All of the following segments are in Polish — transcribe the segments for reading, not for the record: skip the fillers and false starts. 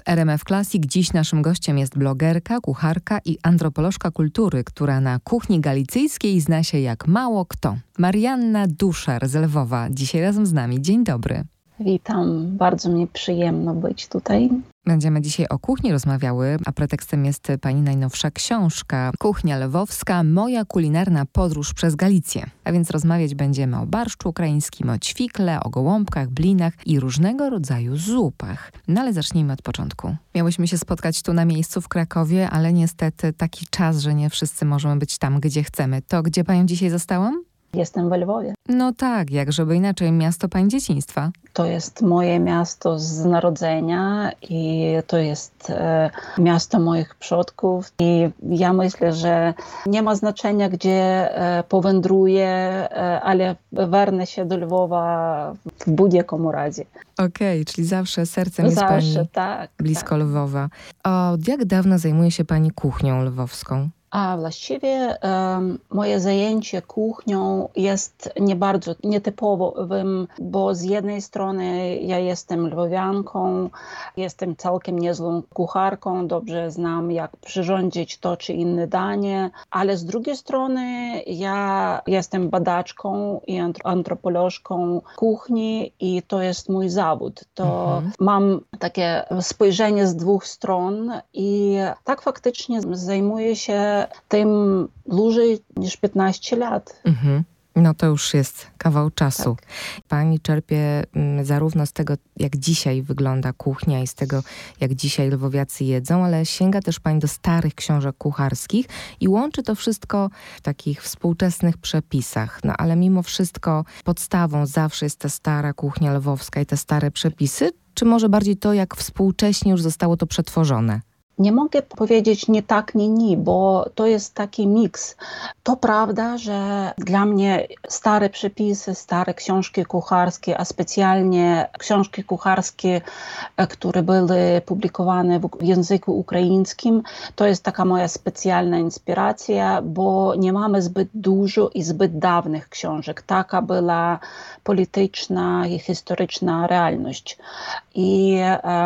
RMF Classic. Dziś naszym gościem jest blogerka, kucharka i antropolożka kultury, która na kuchni galicyjskiej zna się jak mało kto. Marianna Duszar z Lwowa dzisiaj razem z nami. Dzień dobry. Witam, bardzo mi przyjemno być tutaj. Będziemy dzisiaj o kuchni rozmawiały, a pretekstem jest pani najnowsza książka Kuchnia Lwowska. Moja kulinarna podróż przez Galicję. A więc rozmawiać będziemy o barszczu ukraińskim, o ćwikle, o gołąbkach, blinach i różnego rodzaju zupach. No ale zacznijmy od początku. Miałyśmy się spotkać tu na miejscu w Krakowie, ale niestety taki czas, że nie wszyscy możemy być tam, gdzie chcemy. To gdzie panią dzisiaj zastałam? Jestem we Lwowie. No tak, jak żeby inaczej, miasto pań dzieciństwa. To jest moje miasto z narodzenia i to jest miasto moich przodków. I ja myślę, że nie ma znaczenia, gdzie powędruję, ale wernę się do Lwowa w budь-якому razie. Okej, czyli zawsze sercem jest pani tak, blisko Lwowa. Od jak dawna zajmuje się pani kuchnią lwowską? A właściwie moje zajęcie kuchnią jest nie bardzo nietypowym, bo z jednej strony ja jestem lwowianką, jestem całkiem niezłą kucharką, dobrze znam jak przyrządzić to czy inne danie, ale z drugiej strony ja jestem badaczką i antropolożką kuchni i to jest mój zawód. To mam takie spojrzenie z dwóch stron i tak faktycznie zajmuję się tym dłużej niż 15 lat. No to już jest kawał czasu. Tak. Pani czerpie zarówno z tego, jak dzisiaj wygląda kuchnia i z tego, jak dzisiaj lwowiacy jedzą, ale sięga też pani do starych książek kucharskich i łączy to wszystko w takich współczesnych przepisach. No ale mimo wszystko podstawą zawsze jest ta stara kuchnia lwowska i te stare przepisy, czy może bardziej to, jak współcześnie już zostało to przetworzone? Nie mogę powiedzieć nie tak, nie, bo to jest taki miks. To prawda, że dla mnie stare przepisy, stare książki kucharskie, a specjalnie książki kucharskie, które były publikowane w języku ukraińskim, to jest taka moja specjalna inspiracja, bo nie mamy zbyt dużo i zbyt dawnych książek. Taka była polityczna i historyczna realność. I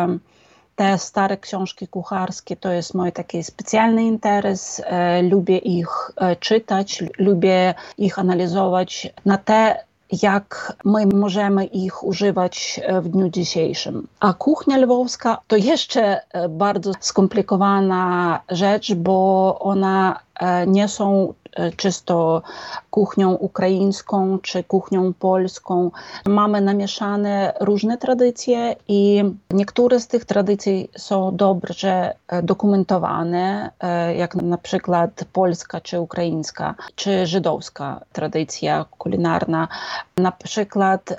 te stare książki kucharskie to jest mój taki specjalny interes. Lubię ich czytać, lubię ich analizować na te, jak my możemy ich używać w dniu dzisiejszym. A kuchnia lwowska to jeszcze bardzo skomplikowana rzecz, bo ona nie są czysto kuchnią ukraińską czy kuchnią polską. Mamy namieszane różne tradycje i niektóre z tych tradycji są dobrze dokumentowane, jak na przykład polska czy ukraińska, czy żydowska tradycja kulinarna. Na przykład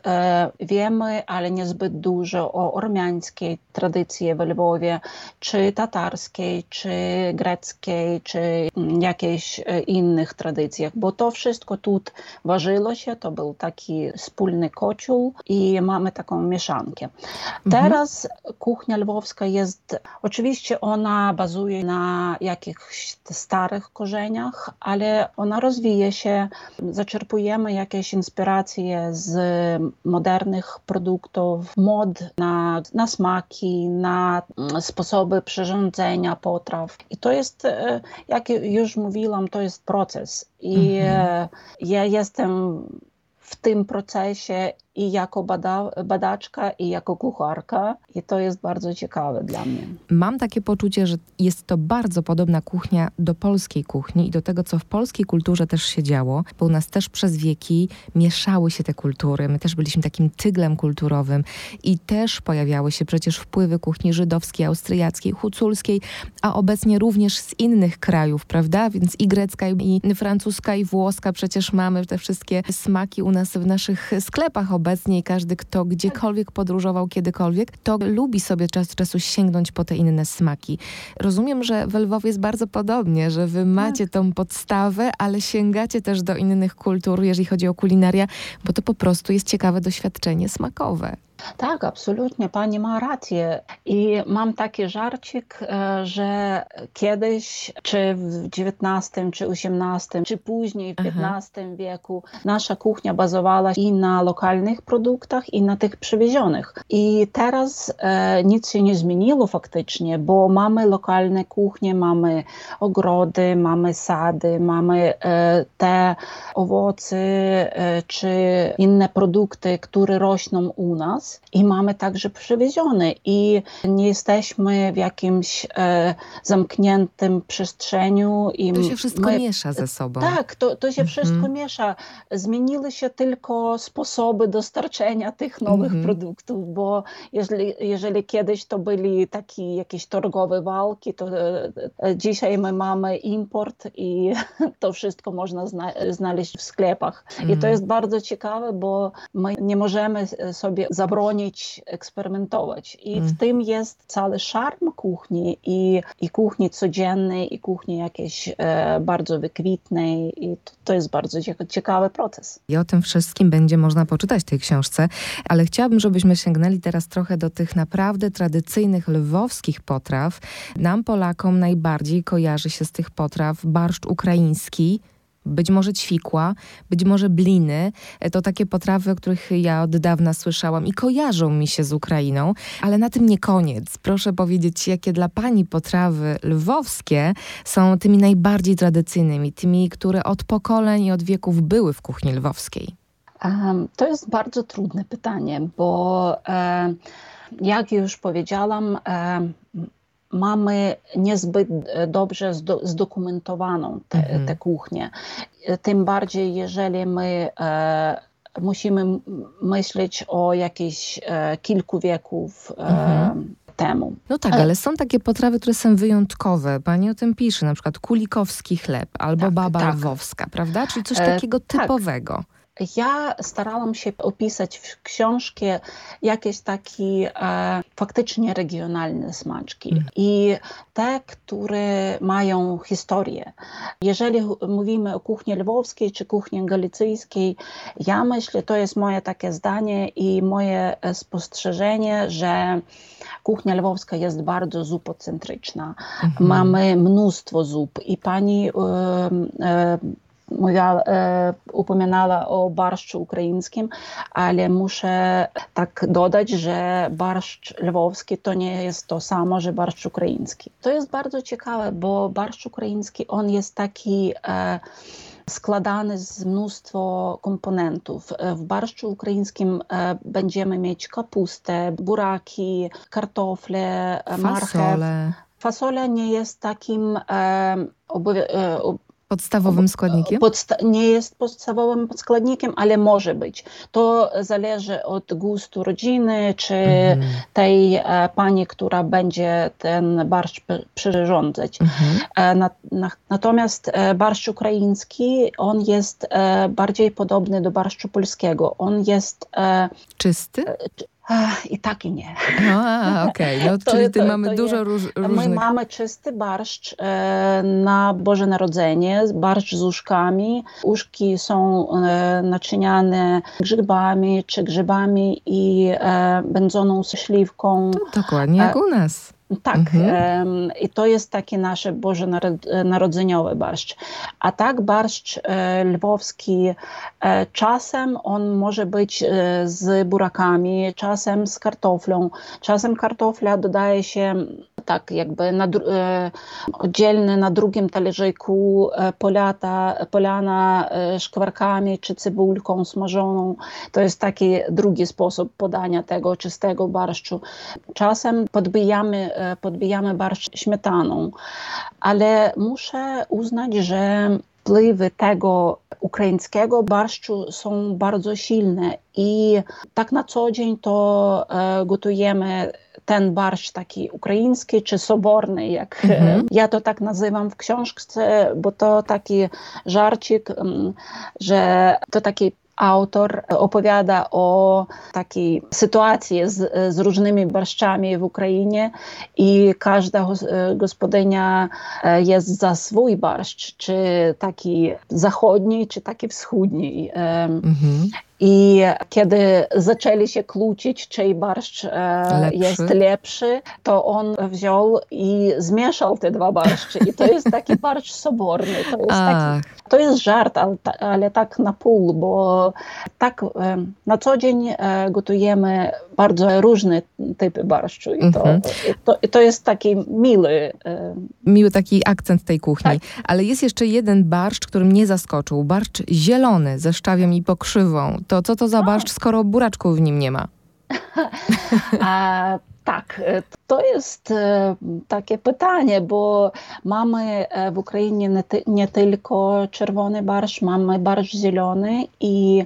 wiemy, ale niezbyt dużo o ormiańskiej tradycji w Lwowie, czy tatarskiej, czy greckiej, czy jakiejś innych tradycjach, bo to wszystko tu ważyło się, to był taki wspólny kocioł i mamy taką mieszankę. Teraz kuchnia lwowska jest, oczywiście ona bazuje na jakichś starych korzeniach, ale ona rozwija się, zaczerpujemy jakieś inspiracje z modernych produktów, mod na smaki, na sposoby przyrządzenia potraw. I to jest, jak już mówiłam, to jest proces. I ja jestem w tym procesie i jako badaczka, i jako kucharka. I to jest bardzo ciekawe dla mnie. Mam takie poczucie, że jest to bardzo podobna kuchnia do polskiej kuchni i do tego, co w polskiej kulturze też się działo, bo u nas też przez wieki mieszały się te kultury. My też byliśmy takim tyglem kulturowym i też pojawiały się przecież wpływy kuchni żydowskiej, austriackiej, huculskiej, a obecnie również z innych krajów, prawda? Więc i grecka, i francuska, i włoska. Przecież mamy te wszystkie smaki u nas w naszych sklepach obecnie i każdy, kto gdziekolwiek podróżował kiedykolwiek, to lubi sobie czas od czasu sięgnąć po te inne smaki. Rozumiem, że w Lwowie jest bardzo podobnie, że wy macie tą podstawę, ale sięgacie też do innych kultur, jeżeli chodzi o kulinaria, bo to po prostu jest ciekawe doświadczenie smakowe. Tak, absolutnie, pani ma rację. I mam taki żarcik, że kiedyś, czy w XIX, czy XVIII, czy później w XV wieku, nasza kuchnia bazowała i na lokalnych produktach, i na tych przywiezionych. I teraz nic się nie zmieniło faktycznie, bo mamy lokalne kuchnie, mamy ogrody, mamy sady, mamy te owoce, czy inne produkty, które rosną u nas. I mamy także przywiezione i nie jesteśmy w jakimś zamkniętym przestrzeniu. I to się wszystko miesza ze sobą. Tak, to się wszystko miesza. Zmieniły się tylko sposoby dostarczenia tych nowych produktów, bo jeżeli kiedyś to byli takie jakieś targowe walki, to dzisiaj my mamy import i to wszystko można znaleźć w sklepach. I to jest bardzo ciekawe, bo my nie możemy sobie zabronić eksperymentować. I w tym jest cały szarm kuchni i kuchni codziennej, i kuchni jakiejś bardzo wykwitnej. I to jest bardzo ciekawy proces. I o tym wszystkim będzie można poczytać w tej książce, ale chciałabym, żebyśmy sięgnęli teraz trochę do tych naprawdę tradycyjnych lwowskich potraw. Nam, Polakom, najbardziej kojarzy się z tych potraw barszcz ukraiński, być może ćwikła, być może bliny. To takie potrawy, o których ja od dawna słyszałam i kojarzą mi się z Ukrainą, ale na tym nie koniec. Proszę powiedzieć, jakie dla pani potrawy lwowskie są tymi najbardziej tradycyjnymi, tymi, które od pokoleń i od wieków były w kuchni lwowskiej? To jest bardzo trudne pytanie, bo jak już powiedziałam, mamy niezbyt dobrze zdokumentowaną tę kuchnię. Tym bardziej, jeżeli my musimy myśleć o jakichś kilku wieków temu. No tak, ale są takie potrawy, które są wyjątkowe. Pani o tym pisze, na przykład kulikowski chleb albo baba lwowska, prawda? Czyli coś takiego typowego. Ja starałam się opisać w książce jakieś takie faktycznie regionalne smaczki i te, które mają historię. Jeżeli mówimy o kuchni lwowskiej czy kuchni galicyjskiej, ja myślę, to jest moje takie zdanie i moje spostrzeżenie, że kuchnia lwowska jest bardzo zupocentryczna. Mamy mnóstwo zup i pani upominała o barszczu ukraińskim, ale muszę tak dodać, że barszcz lwowski to nie jest to samo, że barszcz ukraiński. To jest bardzo ciekawe, bo barszcz ukraiński, on jest taki składany z mnóstwo komponentów. W barszczu ukraińskim będziemy mieć kapustę, buraki, kartofle, marchew. Fasola nie jest takim podstawowym składnikiem? Nie jest podstawowym składnikiem, ale może być. To zależy od gustu rodziny, czy tej pani, która będzie ten barszcz przyrządzać. Natomiast barszcz ukraiński, on jest bardziej podobny do barszczu polskiego. On jest czysty? I tak i nie. Okej. No, czyli mamy dużo różnych... My mamy czysty barszcz na Boże Narodzenie, barszcz z uszkami. Uszki są naczyniane grzybami i będzoną ze śliwką. To dokładnie jak u nas. Tak, i to jest taki nasz bożonarodzeniowy barszcz. A tak barszcz lwowski czasem on może być z burakami, czasem z kartoflą. Czasem kartofla dodaje się tak jakby oddzielnie na drugim talerzyku polana szkwarkami czy cebulką smażoną. To jest taki drugi sposób podania tego czystego barszczu. Czasem podbijamy barszcz śmietaną, ale muszę uznać, że wpływy tego ukraińskiego barszczu są bardzo silne i tak na co dzień to gotujemy ten barszcz taki ukraiński czy soborny, jak ja to tak nazywam w książce, bo to taki żarcik, że to taki autor opowiada o takiej sytuacji z różnymi barszczami w Ukrainie i każda gospodynia jest za swój barszcz, czy taki zachodni, czy taki wschodni. I kiedy zaczęli się kłócić, czyj barszcz jest lepszy, to on wziął i zmieszał te dwa barszcze. I to jest taki barszcz soborny. To jest żart, ale tak na pół, bo tak na co dzień gotujemy bardzo różne typy barszczu. I to jest taki miły taki akcent tej kuchni. Tak. Ale jest jeszcze jeden barszcz, który mnie zaskoczył. Barszcz zielony ze szczawiem i pokrzywą. To co to za barszcz, skoro buraczków w nim nie ma? Tak, to jest takie pytanie, bo mamy w Ukrainie nie tylko czerwony barszcz, mamy barszcz zielony i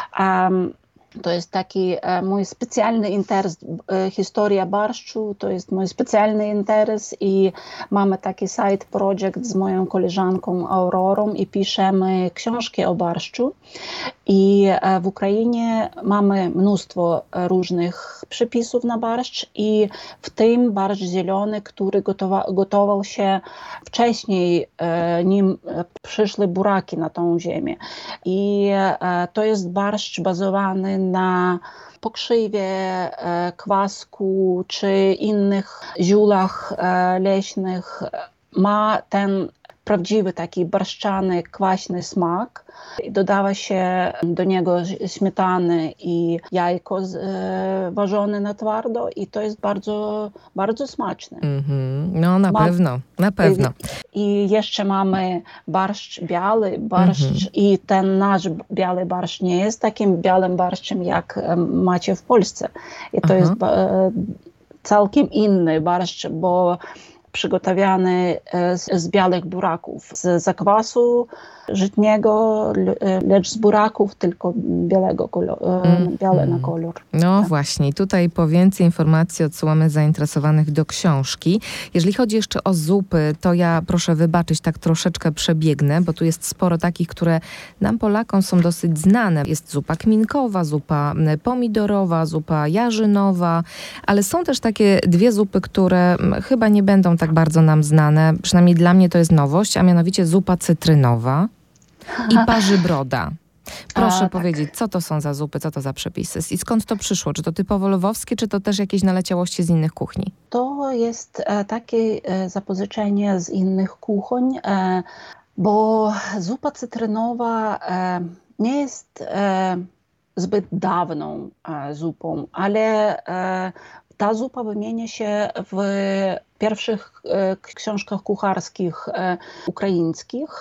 to jest taki mój specjalny interes, historia barszczu, to jest mój specjalny interes i mamy taki side project z moją koleżanką Aurorą i piszemy książki o barszczu. I w Ukrainie mamy mnóstwo różnych przepisów na barszcz i w tym barszcz zielony, który gotował się wcześniej, nim przyszły buraki na tą ziemię. I to jest barszcz bazowany na pokrzywie, kwasku czy innych ziółach leśnych. Ma ten prawdziwy taki barszczany, kwaśny smak. Dodawa się do niego śmietany i jajko ważone na twardo i to jest bardzo, bardzo smaczne. No na pewno. I jeszcze mamy barszcz biały, i ten nasz biały barszcz nie jest takim białym barszczem, jak macie w Polsce. I to jest całkiem inny barszcz, bo przygotowane z białych buraków, z zakwasu żytniego, lecz z buraków tylko białe na kolor. No tak. Właśnie, tutaj po więcej informacji odsyłamy zainteresowanych do książki. Jeżeli chodzi jeszcze o zupy, to ja proszę wybaczyć, tak troszeczkę przebiegnę, bo tu jest sporo takich, które nam Polakom są dosyć znane. Jest zupa kminkowa, zupa pomidorowa, zupa jarzynowa, ale są też takie dwie zupy, które chyba nie będą tak bardzo nam znane. Przynajmniej dla mnie to jest nowość, a mianowicie zupa cytrynowa i parzybroda. Proszę powiedzieć, co to są za zupy, co to za przepisy i skąd to przyszło? Czy to typowo lwowskie, czy to też jakieś naleciałości z innych kuchni? To jest takie zapożyczenie z innych kuchni, bo zupa cytrynowa nie jest zbyt dawną zupą, z ta zupa wymienia się w pierwszych książkach kucharskich ukraińskich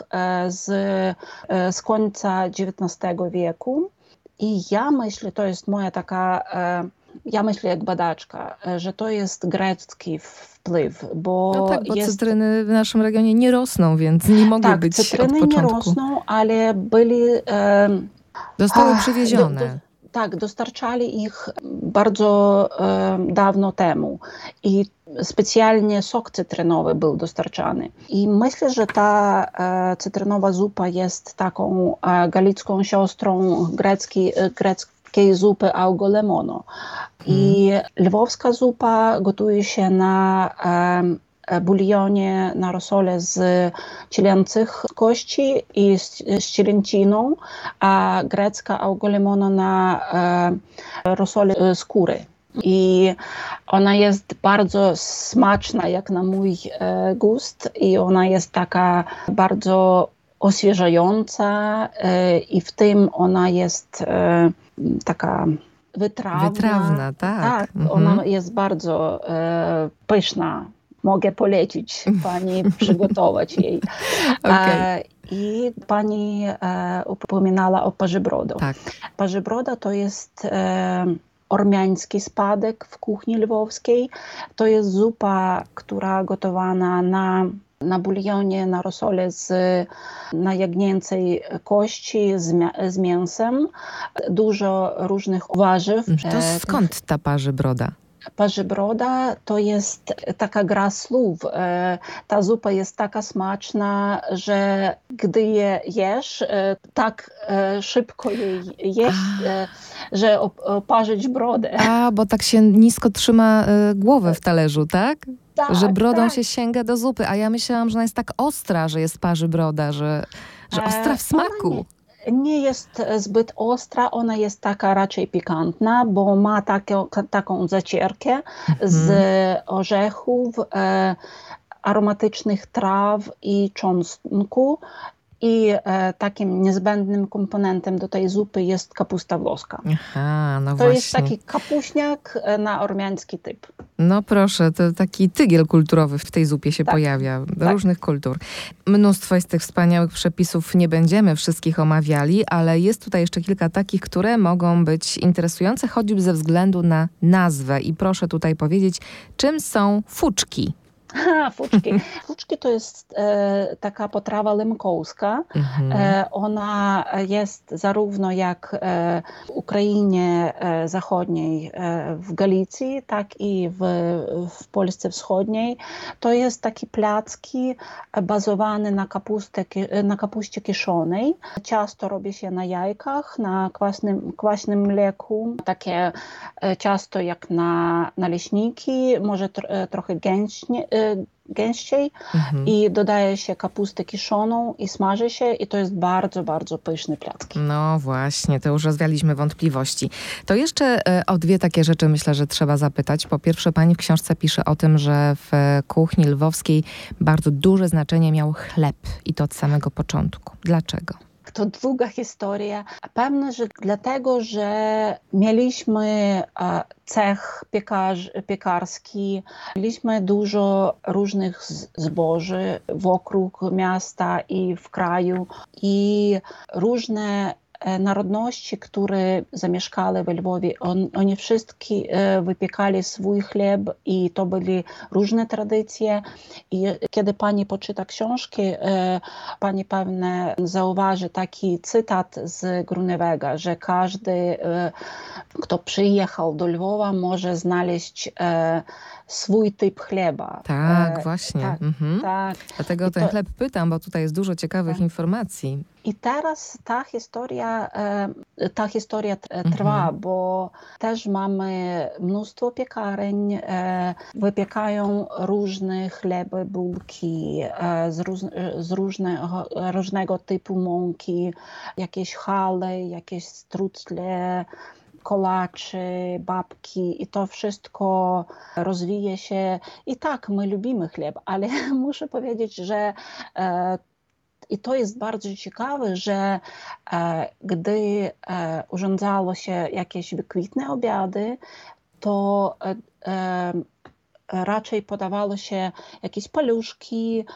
z końca XIX wieku. I ja myślę, to jest moja taka, ja myślę jak badaczka, że to jest grecki wpływ, bo no tak, bo cytryny w naszym regionie nie rosną, więc nie mogły być od początku. Tak, cytryny nie rosną, ale byli... Zostały przywiezione. Tak, dostarczali ich bardzo dawno temu i specjalnie sok cytrynowy był dostarczany. I myślę, że ta cytrynowa zupa jest taką galicką siostrą greckiej zupy Augo Lemono. I lwowska zupa gotuje się na bulionie, na rosole z cielęcych kości i z cielęciną, a grecka Augo Lemono na rosole skóry. I ona jest bardzo smaczna, jak na mój gust, i ona jest taka bardzo oswieżająca i w tym ona jest taka wytrawna. Wytrawna, tak. Tak, ona jest bardzo pyszna. Mogę polecić pani przygotować jej. Okay. I pani upominała o parzybrodo. Tak. Parzybroda to jest ormiański spadek w kuchni lwowskiej. To jest zupa, która gotowana na bulionie, na rosole na jagnięcej kości z mięsem. Dużo różnych warzyw. To skąd ta parzybroda? Parzybroda to jest taka gra słów. Ta zupa jest taka smaczna, że gdy je jesz, tak szybko jej jeść, że oparzyć brodę. Bo tak się nisko trzyma głowę w talerzu, tak? Tak, że brodą tak. się sięga do zupy, a ja myślałam, że ona jest tak ostra, że jest parzybroda, że ostra w smaku. Nie jest zbyt ostra, ona jest taka raczej pikantna, bo ma taką zacierkę z orzechów, aromatycznych traw i czosnku. I takim niezbędnym komponentem do tej zupy jest kapusta włoska. Aha, no to właśnie. jest taki kapuśniak na ormiański typ. No proszę, to taki tygiel kulturowy w tej zupie się pojawia, różnych kultur. Mnóstwo jest tych wspaniałych przepisów, nie będziemy wszystkich omawiali, ale jest tutaj jeszcze kilka takich, które mogą być interesujące, choćby ze względu na nazwę. I proszę tutaj powiedzieć, czym są fuczki? Fuczki. Fuczki to jest taka potrawa lemkołska. Ona jest zarówno jak w Ukrainie Zachodniej, w Galicji, tak i w Polsce Wschodniej. To jest taki placki bazowany na kapuście kiszonej. Ciasto robi się na jajkach, na kwaśnym mleku. Takie ciasto jak na naleśniki, może trochę gęściej i dodaje się kapustę kiszoną i smaży się i to jest bardzo, bardzo pyszny placki. No właśnie, to już rozwialiśmy wątpliwości. To jeszcze o dwie takie rzeczy myślę, że trzeba zapytać. Po pierwsze, pani w książce pisze o tym, że w kuchni lwowskiej bardzo duże znaczenie miał chleb i to od samego początku. Dlaczego? To długa historia. Pewno, że dlatego, że mieliśmy cech piekarski, mieliśmy dużo różnych zboży wokół miasta i w kraju i różne narodności, które zamieszkały we Lwowie, oni wszyscy wypiekali swój chleb i to były różne tradycje. I kiedy pani poczyta książki, pani pewnie zauważy taki cytat z Grunewega, że każdy, kto przyjechał do Lwowa, może znaleźć swój typ chleba. Tak, właśnie. Tak, tak. Dlatego ten chleb pytam, bo tutaj jest dużo ciekawych informacji. I teraz ta historia trwa, bo też mamy mnóstwo piekareń, wypiekają różne chleby, bułki z różnego typu mąki, jakieś chale, jakieś strucle, kolaczy, babki i to wszystko rozwija się. I tak, my lubimy chleb, ale muszę powiedzieć, że i to jest bardzo ciekawe, że gdy urządzało się jakieś wykwintne obiady, to raczej podawało się jakieś paluszki,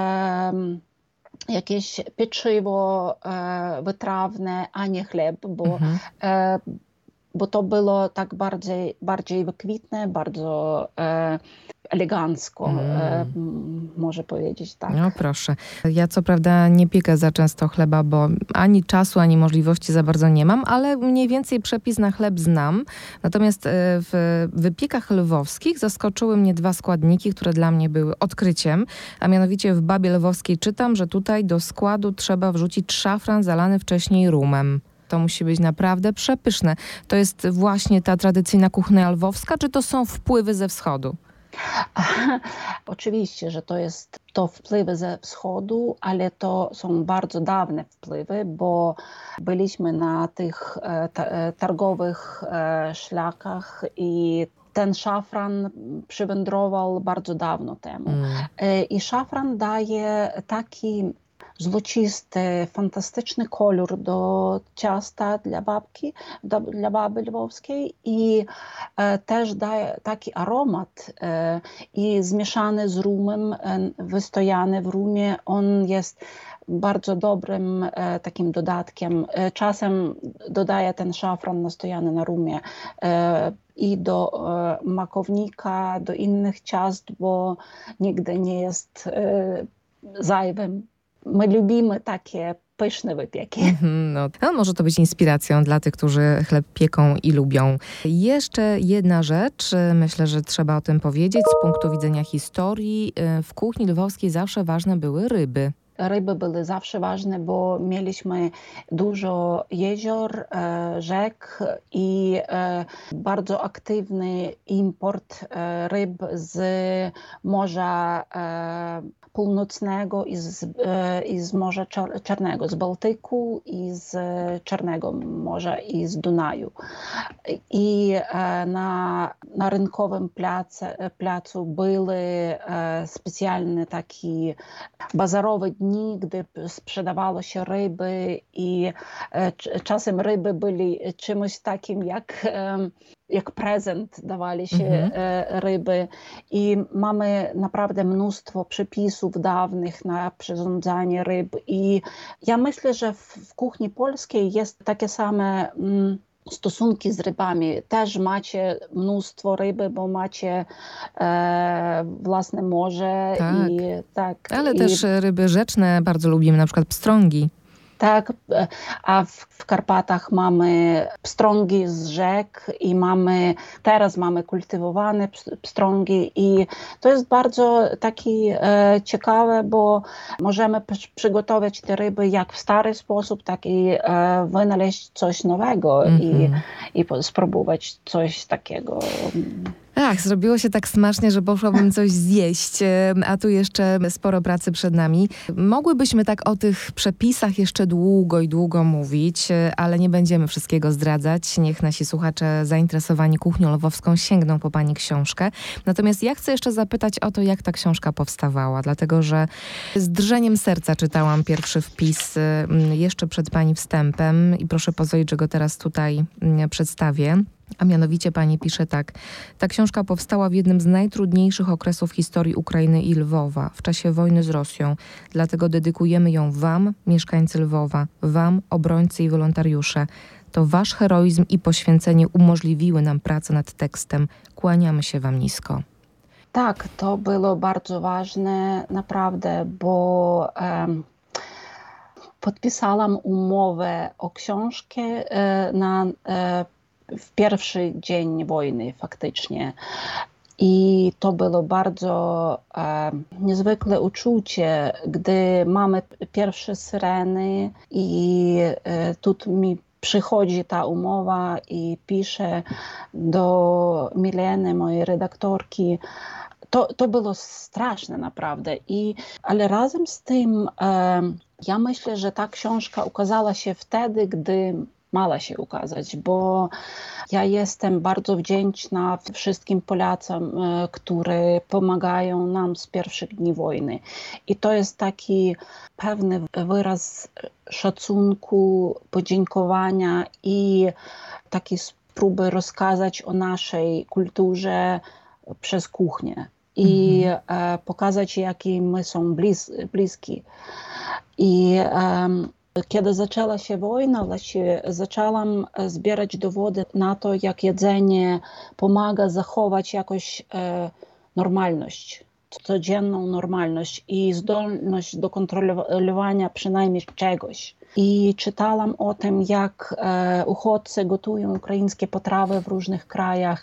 jakieś pieczywo wytrawne, a nie chleb, bo to było tak bardziej wykwintne, bardzo elegancko, może powiedzieć tak. No proszę. Ja co prawda nie piekę za często chleba, bo ani czasu, ani możliwości za bardzo nie mam, ale mniej więcej przepis na chleb znam. Natomiast w wypiekach lwowskich zaskoczyły mnie dwa składniki, które dla mnie były odkryciem, a mianowicie w babie lwowskiej czytam, że tutaj do składu trzeba wrzucić szafran zalany wcześniej rumem. To musi być naprawdę przepyszne. To jest właśnie ta tradycyjna kuchnia lwowska, czy to są wpływy ze wschodu? Oczywiście, że to wpływy ze wschodu, ale to są bardzo dawne wpływy, bo byliśmy na tych targowych szlakach i ten szafran przywędrował bardzo dawno temu. I szafran daje taki złocisty, fantastyczny kolor do ciasta dla baby lwowskiej i też daje taki aromat i zmieszany z rumem, wystojany w rumie, on jest bardzo dobrym takim dodatkiem. Czasem dodaję ten szafran nastojany na rumie i do makownika, do innych ciast, bo nigdy nie jest zajwym. My lubimy takie pyszne wypieki. No, może to być inspiracją dla tych, którzy chleb pieką i lubią. Jeszcze jedna rzecz, myślę, że trzeba o tym powiedzieć. Z punktu widzenia historii w kuchni lwowskiej zawsze ważne były ryby. ryby były zawsze ważne, bo mieliśmy dużo jezior, rzek i bardzo aktywny import ryb z Morza Północnego i z Morza Czarnego, z Bałtyku i z Czarnego Morza i z Dunaju. I na rynkowym placu były specjalne takie bazarowe dni, gdy sprzedawało się ryby i czasem ryby byli czymś takim jak prezent dawali się ryby i mamy naprawdę mnóstwo przepisów dawnych na przyrządzanie ryb i ja myślę, że w kuchni polskiej jest takie same stosunki z rybami. Też macie mnóstwo ryby, bo macie własne morze. Tak. Ale też ryby rzeczne bardzo lubimy, na przykład pstrągi. Tak, a w Karpatach mamy pstrągi z rzek i teraz mamy kultywowane pstrągi i to jest bardzo takie ciekawe, bo możemy przygotować te ryby jak w stary sposób, tak i wynaleźć coś nowego i spróbować coś takiego. Ach, zrobiło się tak smacznie, że poszłabym coś zjeść, a tu jeszcze sporo pracy przed nami. Mogłybyśmy tak o tych przepisach jeszcze długo i długo mówić, ale nie będziemy wszystkiego zdradzać. Niech nasi słuchacze zainteresowani kuchnią lwowską sięgną po pani książkę. Natomiast ja chcę jeszcze zapytać o to, jak ta książka powstawała, dlatego że z drżeniem serca czytałam pierwszy wpis jeszcze przed pani wstępem i proszę pozwolić, że go teraz tutaj przedstawię. A mianowicie pani pisze tak. Ta książka powstała w jednym z najtrudniejszych okresów historii Ukrainy i Lwowa, w czasie wojny z Rosją. Dlatego dedykujemy ją wam, mieszkańcy Lwowa, wam, obrońcy i wolontariusze. To wasz heroizm i poświęcenie umożliwiły nam pracę nad tekstem. Kłaniamy się wam nisko. Tak, to było bardzo ważne naprawdę, bo podpisałam umowę o książkę w pierwszy dzień wojny faktycznie. I to było bardzo niezwykłe uczucie, gdy mamy pierwsze syreny i tu mi przychodzi ta umowa i pisze do Mileny, mojej redaktorki. To było straszne naprawdę. Ale razem z tym ja myślę, że ta książka ukazała się wtedy, gdy mała się ukazać, bo ja jestem bardzo wdzięczna wszystkim Polakom, którzy pomagają nam z pierwszych dni wojny. I to jest taki pewny wyraz szacunku, podziękowania i takiej próby rozkazać o naszej kulturze przez kuchnię i pokazać, jaki my są bliski. Kiedy zaczęła się wojna, zaczęłam zbierać dowody na to, jak jedzenie pomaga zachować jakoś normalność, codzienną normalność i zdolność do kontrolowania przynajmniej czegoś. I czytałam o tym, jak uchodźcy gotują ukraińskie potrawy w różnych krajach,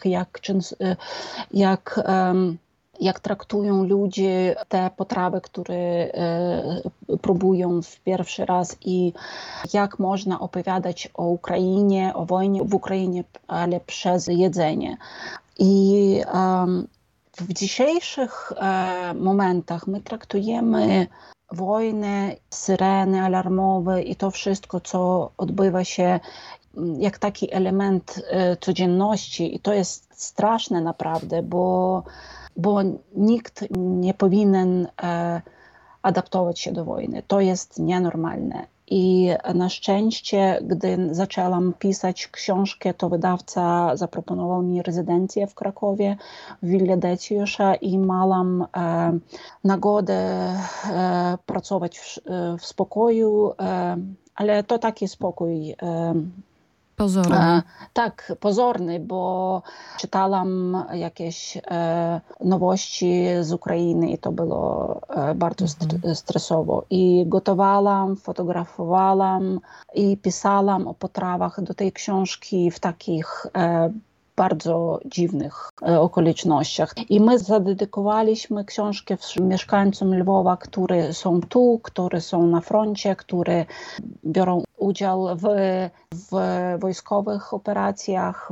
jak traktują ludzie te potrawy, które próbują w pierwszy raz i jak można opowiadać o Ukrainie, o wojnie w Ukrainie, ale przez jedzenie. I w dzisiejszych momentach my traktujemy wojnę, syreny alarmowe i to wszystko, co odbywa się jak taki element codzienności. I to jest straszne naprawdę, bo nikt nie powinien adaptować się do wojny. To jest nienormalne. I na szczęście, gdy zaczęłam pisać książkę, to wydawca zaproponował mi rezydencję w Krakowie, w Willi Deciusza i miałam nagodę pracować w spokoju, ale to taki spokój pozorny. Tak, pozorny, bo czytałam jakieś nowości z Ukrainy i to było bardzo stresowo. I gotowałam, fotografowałam i pisałam o potrawach do tej książki w takich bardzo dziwnych okolicznościach. I my zadedykowaliśmy książkę mieszkańcom Lwowa, którzy są tu, którzy są na froncie, którzy biorą udział w wojskowych operacjach,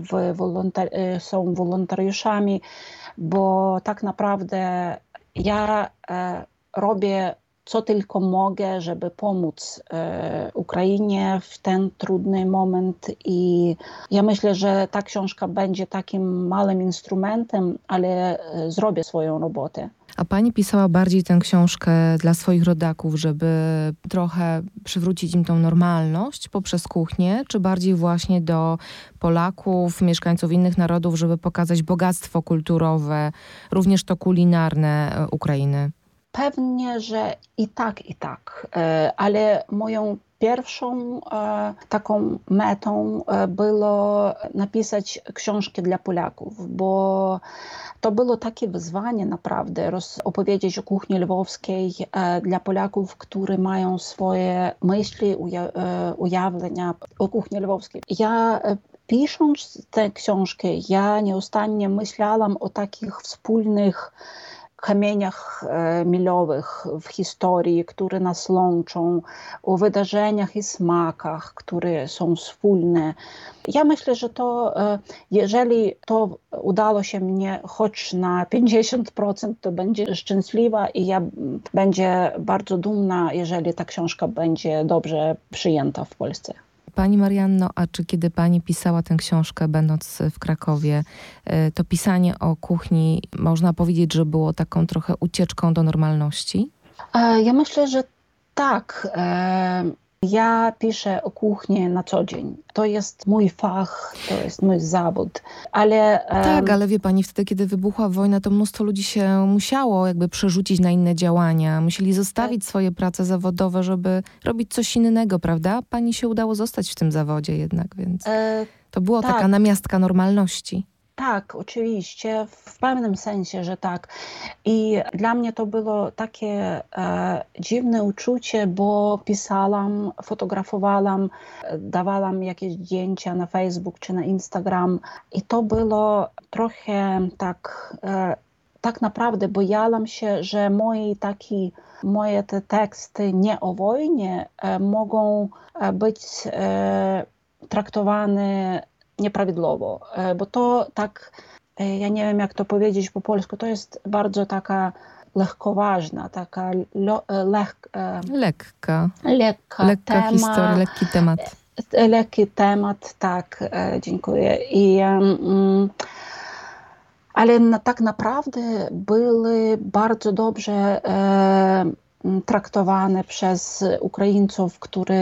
są wolontariuszami, bo tak naprawdę ja robię co tylko mogę, żeby pomóc Ukrainie w ten trudny moment i ja myślę, że ta książka będzie takim małym instrumentem, ale zrobię swoją robotę. A pani pisała bardziej tę książkę dla swoich rodaków, żeby trochę przywrócić im tą normalność poprzez kuchnię, czy bardziej właśnie do Polaków, mieszkańców innych narodów, żeby pokazać bogactwo kulturowe, również to kulinarne Ukrainy? Pewnie, że i tak, ale moją pierwszą taką metą było napisać książkę dla Polaków, bo to było takie wyzwanie naprawdę, opowiedzieć o kuchni lwowskiej dla Polaków, którzy mają swoje myśli, ujawnienia o kuchni lwowskiej. Ja pisząc tę książkę, ja nieustannie myślałam o takich wspólnych kamieniach milowych w historii, które nas łączą, o wydarzeniach i smakach, które są wspólne. Ja myślę, że to, jeżeli to udało się mnie choć na 50%, to będzie szczęśliwa i ja będzie bardzo dumna, jeżeli ta książka będzie dobrze przyjęta w Polsce. Pani Marianno, a czy kiedy pani pisała tę książkę, będąc w Krakowie, to pisanie o kuchni, można powiedzieć, że było taką trochę ucieczką do normalności? Ja myślę, że tak. Ja piszę o kuchni na co dzień. To jest mój fach, to jest mój zawód. Tak, ale wie pani, wtedy kiedy wybuchła wojna, to mnóstwo ludzi się musiało jakby przerzucić na inne działania. Musieli zostawić swoje prace zawodowe, żeby robić coś innego, prawda? Pani się udało zostać w tym zawodzie jednak, więc to było taka namiastka normalności. Tak, oczywiście, w pewnym sensie, że tak. I dla mnie to było takie dziwne uczucie, bo pisałam, fotografowałam, dawałam jakieś zdjęcia na Facebook czy na Instagram i to było trochę tak naprawdę bojałam się, że moje te teksty nie o wojnie mogą być traktowane nieprawidłowo, bo to tak, ja nie wiem jak to powiedzieć po polsku, to jest bardzo taka lekkoważna, taka lekka historia, lekki temat. Lekki temat, tak, dziękuję. Ale tak naprawdę były bardzo dobrze traktowane przez Ukraińców, którzy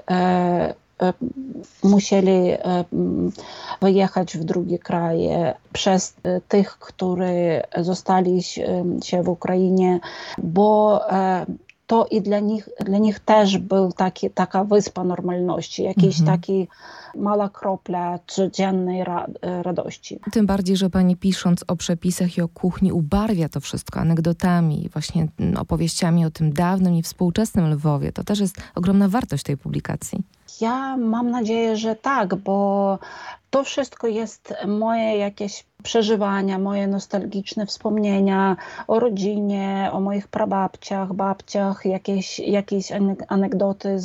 musieli wyjechać w drugie kraje, przez tych, którzy zostali się w Ukrainie, bo to i dla nich też był taka wyspa normalności, jakiś taki mała kropla codziennej radości. Tym bardziej, że pani pisząc o przepisach i o kuchni ubarwia to wszystko anegdotami, właśnie opowieściami o tym dawnym i współczesnym Lwowie. To też jest ogromna wartość tej publikacji. Ja mam nadzieję, że tak, bo to wszystko jest moje jakieś przeżywania, moje nostalgiczne wspomnienia o rodzinie, o moich prababciach, babciach, jakieś anegdoty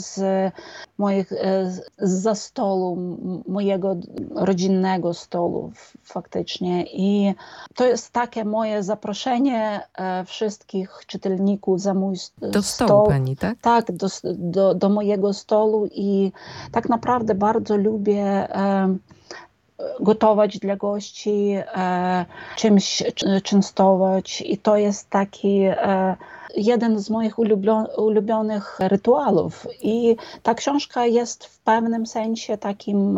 za stolu, mojego rodzinnego stolu faktycznie. I to jest takie moje zaproszenie wszystkich czytelników za mój do stołu pani, tak? Tak, do mojego stolu i tak naprawdę bardzo lubię gotować dla gości, czymś częstować i to jest taki jeden z moich ulubionych rytuałów i ta książka jest w pewnym sensie takim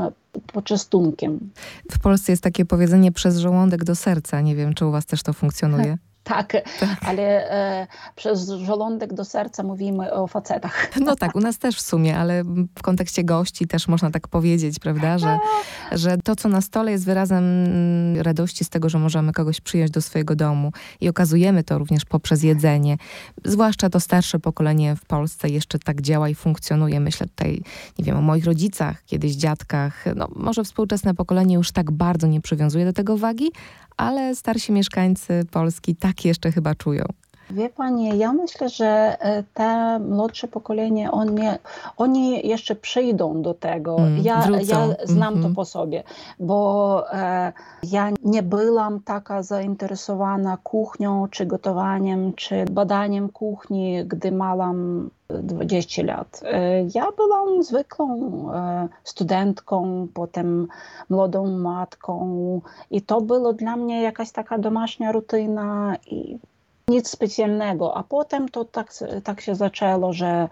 poczęstunkiem. W Polsce jest takie powiedzenie przez żołądek do serca. Nie wiem, czy u was też to funkcjonuje. Tak, ale przez żołądek do serca mówimy o facetach. No tak, u nas też w sumie, ale w kontekście gości też można tak powiedzieć, prawda, że to, co na stole jest wyrazem radości z tego, że możemy kogoś przyjąć do swojego domu i okazujemy to również poprzez jedzenie. Zwłaszcza to starsze pokolenie w Polsce jeszcze tak działa i funkcjonuje. Myślę tutaj, nie wiem, o moich rodzicach, kiedyś dziadkach. No, może współczesne pokolenie już tak bardzo nie przywiązuje do tego wagi, ale starsi mieszkańcy Polski tak jeszcze chyba czują. Wie pani, ja myślę, że te młodsze pokolenie, oni jeszcze przyjdą do tego. Ja znam to po sobie, bo ja nie byłam taka zainteresowana kuchnią, czy gotowaniem, czy badaniem kuchni, gdy miałam 20 lat. Ja byłam zwykłą studentką, potem młodą matką i to było dla mnie jakaś taka domaśnia rutyna i nic specjalnego, a potem to tak się zaczęło, że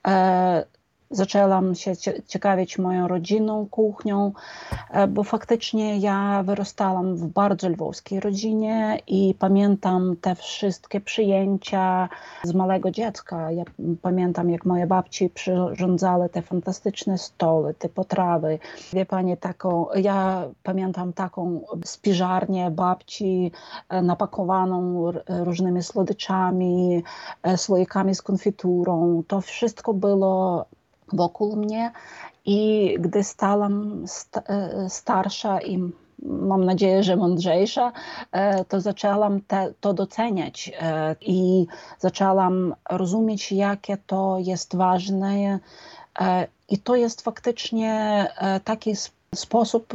zaczęłam się ciekawić moją rodzinną kuchnią, bo faktycznie ja wyrastałam w bardzo lwowskiej rodzinie i pamiętam te wszystkie przyjęcia z małego dziecka. Ja pamiętam, jak moje babci przyrządzały te fantastyczne stoły, te potrawy. Wie pani, ja pamiętam taką spiżarnię babci napakowaną różnymi słodyczami, słoikami z konfiturą. To wszystko było wokół mnie i gdy stałam starsza i mam nadzieję, że mądrzejsza, to zaczęłam to doceniać i zaczęłam rozumieć, jakie to jest ważne i to jest faktycznie taki sposób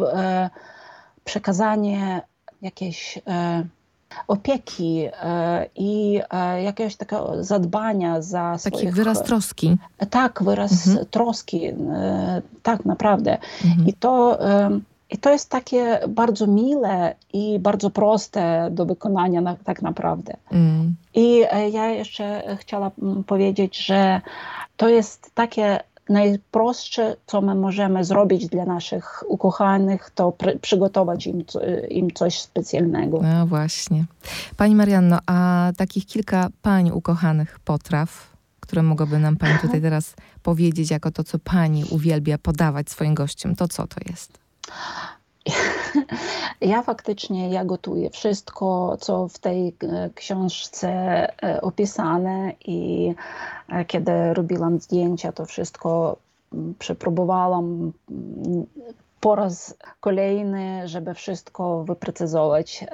przekazania jakiejś opieki i jakiegoś takiego zadbania za swoich... Taki wyraz troski. Tak, wyraz troski. Tak, naprawdę. I to jest takie bardzo mile i bardzo proste do wykonania tak naprawdę. I ja jeszcze chciałam powiedzieć, że to jest takie najprostsze, co my możemy zrobić dla naszych ukochanych, to przygotować im coś specjalnego. No właśnie. Pani Marianno, a takich kilka pań ukochanych potraw, które mogłaby nam pani tutaj teraz powiedzieć, jako to, co pani uwielbia podawać swoim gościom, to co to jest? Ja faktycznie gotuję wszystko, co w tej książce opisane i kiedy robiłam zdjęcia, to wszystko przeprobowałam po raz kolejny, żeby wszystko wyprecyzować.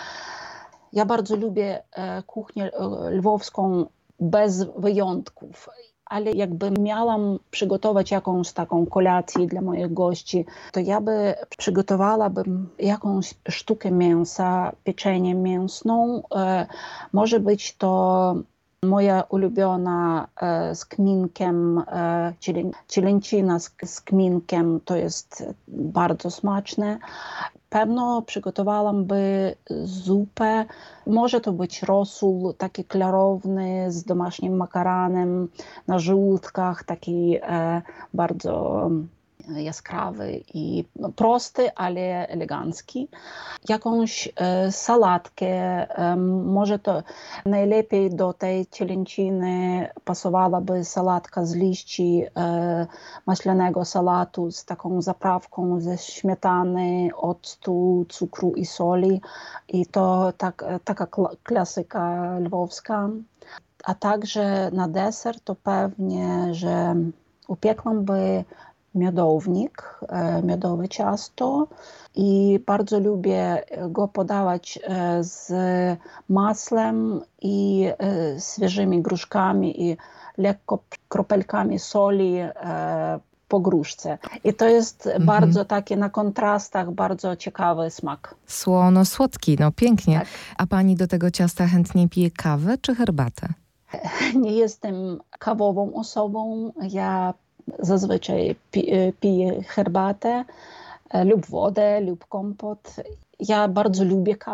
Ja bardzo lubię kuchnię lwowską bez wyjątków. Ale jakby miałam przygotować jakąś taką kolację dla moich gości, to ja przygotowałabym jakąś sztukę mięsa, pieczenie mięsną. Może być to moja ulubiona z kminkiem, cielęcina z kminkiem, to jest bardzo smaczne. Pewno przygotowałam zupę. Może to być rosół taki klarowny z domasznim makaranem na żółtkach, taki bardzo jaskrawy i prosty, ale elegancki. Jakąś sałatkę, może to najlepiej do tej cielęciny pasowałaby sałatka z liści maślanego salatu z taką zaprawką ze śmietany, octu, cukru i soli. I to taka klasyka lwowska. A także na deser to pewnie, że upiekłam miodownik, miodowe ciasto i bardzo lubię go podawać z masłem i świeżymi gruszkami i lekko kropelkami soli po gruszce. I to jest bardzo takie na kontrastach, bardzo ciekawy smak. Słono-słodki, no pięknie. Tak. A pani do tego ciasta chętniej pije kawę czy herbatę? Nie jestem kawową osobą. Ja zazwyczaj piję herbatę lub wodę, lub kompot. Ja bardzo lubię kawę,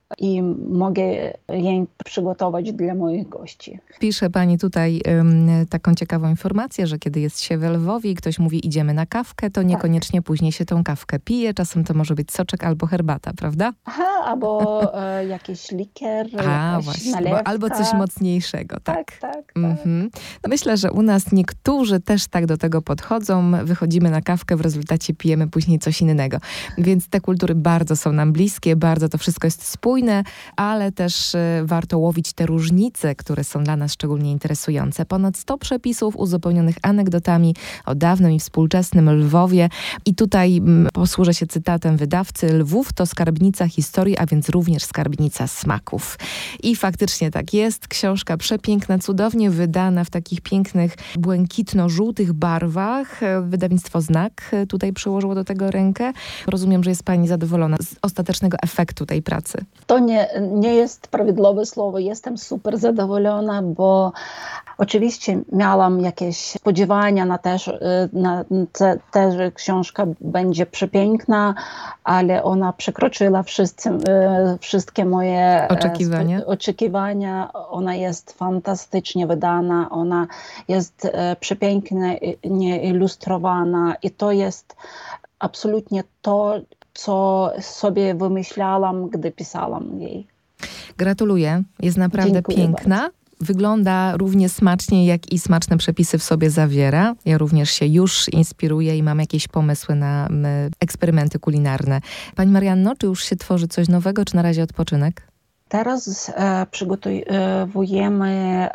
i mogę jej przygotować dla moich gości. Pisze pani tutaj taką ciekawą informację, że kiedy jest się we Lwowie i ktoś mówi idziemy na kawkę, to niekoniecznie później się tą kawkę pije. Czasem to może być soczek albo herbata, prawda? Albo jakiś likier, właśnie, nalewka. Albo coś mocniejszego, tak. Tak. No myślę, że u nas niektórzy też tak do tego podchodzą. Wychodzimy na kawkę, w rezultacie pijemy później coś innego. Więc te kultury bardzo są nam bliskie, bardzo to wszystko jest spójne, ale też warto łowić te różnice, które są dla nas szczególnie interesujące. Ponad 100 przepisów uzupełnionych anegdotami o dawnym i współczesnym Lwowie. I tutaj posłużę się cytatem wydawcy. Lwów to skarbnica historii, a więc również skarbnica smaków. I faktycznie tak jest. Książka przepiękna, cudownie wydana w takich pięknych, błękitno-żółtych barwach. Wydawnictwo Znak tutaj przyłożyło do tego rękę. Rozumiem, że jest pani zadowolona z ostatecznego efektu tej pracy. To nie jest prawidłowe słowo. Jestem super zadowolona, bo oczywiście miałam jakieś spodziewania na to, że książka będzie przepiękna, ale ona przekroczyła wszystkie moje oczekiwania. Ona jest fantastycznie wydana, ona jest przepięknie ilustrowana i to jest absolutnie to, co sobie wymyślałam, gdy pisałam jej. Gratuluję. Jest naprawdę piękna. Bardzo. Wygląda równie smacznie, jak i smaczne przepisy w sobie zawiera. Ja również się już inspiruję i mam jakieś pomysły na eksperymenty kulinarne. Pani Marianno, czy już się tworzy coś nowego, czy na razie odpoczynek? Teraz przygotowujemy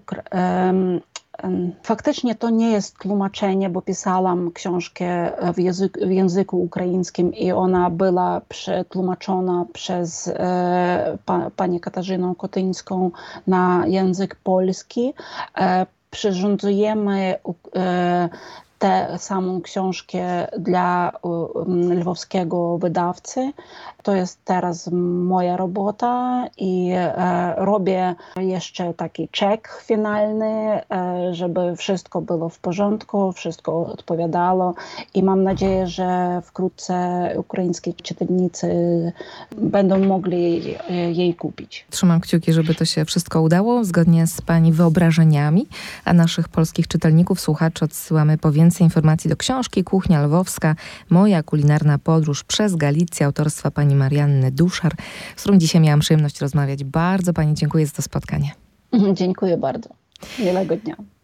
faktycznie to nie jest tłumaczenie, bo pisałam książkę w języku ukraińskim i ona była przetłumaczona przez panią Katarzynę Kotyńską na język polski. Przyrządzujemy tę samą książkę dla lwowskiego wydawcy. To jest teraz moja robota i robię jeszcze taki check finalny, żeby wszystko było w porządku, wszystko odpowiadało i mam nadzieję, że wkrótce ukraińscy czytelnicy będą mogli jej kupić. Trzymam kciuki, żeby to się wszystko udało zgodnie z pani wyobrażeniami, a naszych polskich czytelników, słuchaczy odsyłamy po więcej informacji do książki Kuchnia Lwowska. Moja kulinarna podróż przez Galicję autorstwa pani Marianny Duszar, z którą dzisiaj miałam przyjemność rozmawiać. Bardzo pani dziękuję za to spotkanie. Dziękuję bardzo. Miłego dnia.